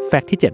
แฟกต์ที่705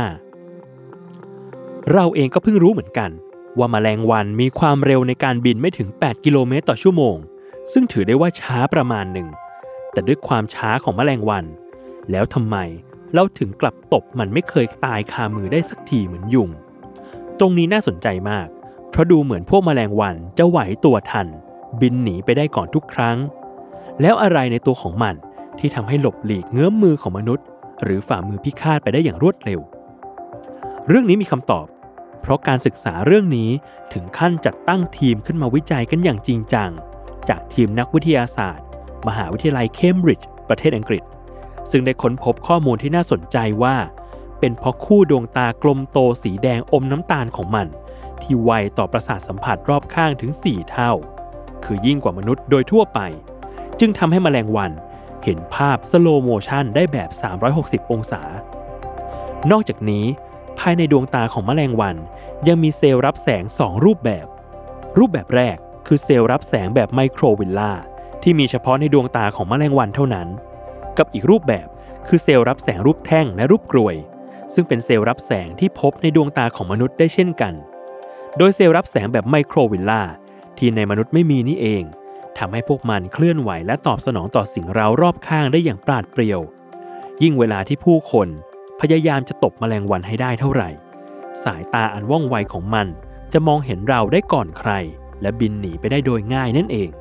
เราเองก็เพิ่งรู้เหมือนกันว่าแมลงวันมีความเร็วในการบินไม่ถึง8กิโลเมตรต่อชั่วโมงซึ่งถือได้ว่าช้าประมาณหนึ่งแต่ด้วยความช้าของแมลงวันแล้วทำไมเราถึงกลับตบมันไม่เคยตายคามือได้สักทีเหมือนยุงตรงนี้น่าสนใจมากเพราะดูเหมือนพวกแมลงวันจะไหวตัวทันบินหนีไปได้ก่อนทุกครั้งแล้วอะไรในตัวของมันที่ทำให้หลบหลีกเงื้อมมือของมนุษย์หรือฝ่ามือพิฆาตไปได้อย่างรวดเร็วเรื่องนี้มีคำตอบเพราะการศึกษาเรื่องนี้ถึงขั้นจัดตั้งทีมขึ้นมาวิจัยกันอย่างจริงจังจากทีมนักวิทยาศาสตร์มหาวิทยาลัยเคมบริดจ์ประเทศอังกฤษซึ่งได้ค้นพบข้อมูลที่น่าสนใจว่าเป็นเพราะคู่ดวงตากลมโตสีแดงอมน้ำตาลของมันที่ไวต่อประสาทสัมผัสรอบข้างถึง4เท่าคือยิ่งกว่ามนุษย์โดยทั่วไปจึงทำให้แมลงวันเห็นภาพสโลว์โมชันได้แบบ360องศานอกจากนี้ภายในดวงตาของแมลงวันยังมีเซลล์รับแสง2รูปแบบแรกคือเซลล์รับแสงแบบไมโครวิลลาที่มีเฉพาะในดวงตาของแมลงวันเท่านั้นกับอีกรูปแบบคือเซลล์รับแสงรูปแท่งและรูปกรวยซึ่งเป็นเซลล์รับแสงที่พบในดวงตาของมนุษย์ได้เช่นกันโดยเซลล์รับแสงแบบไมโครวิลลาที่ในมนุษย์ไม่มีนี่เองทำให้พวกมันเคลื่อนไหวและตอบสนองต่อสิ่งเร้ารอบข้างได้อย่างปราดเปรียวยิ่งเวลาที่ผู้คนพยายามจะตบแมลงวันให้ได้เท่าไหร่สายตาอันว่องไวของมันจะมองเห็นเราได้ก่อนใครและบินหนีไปได้โดยง่ายนั่นเอง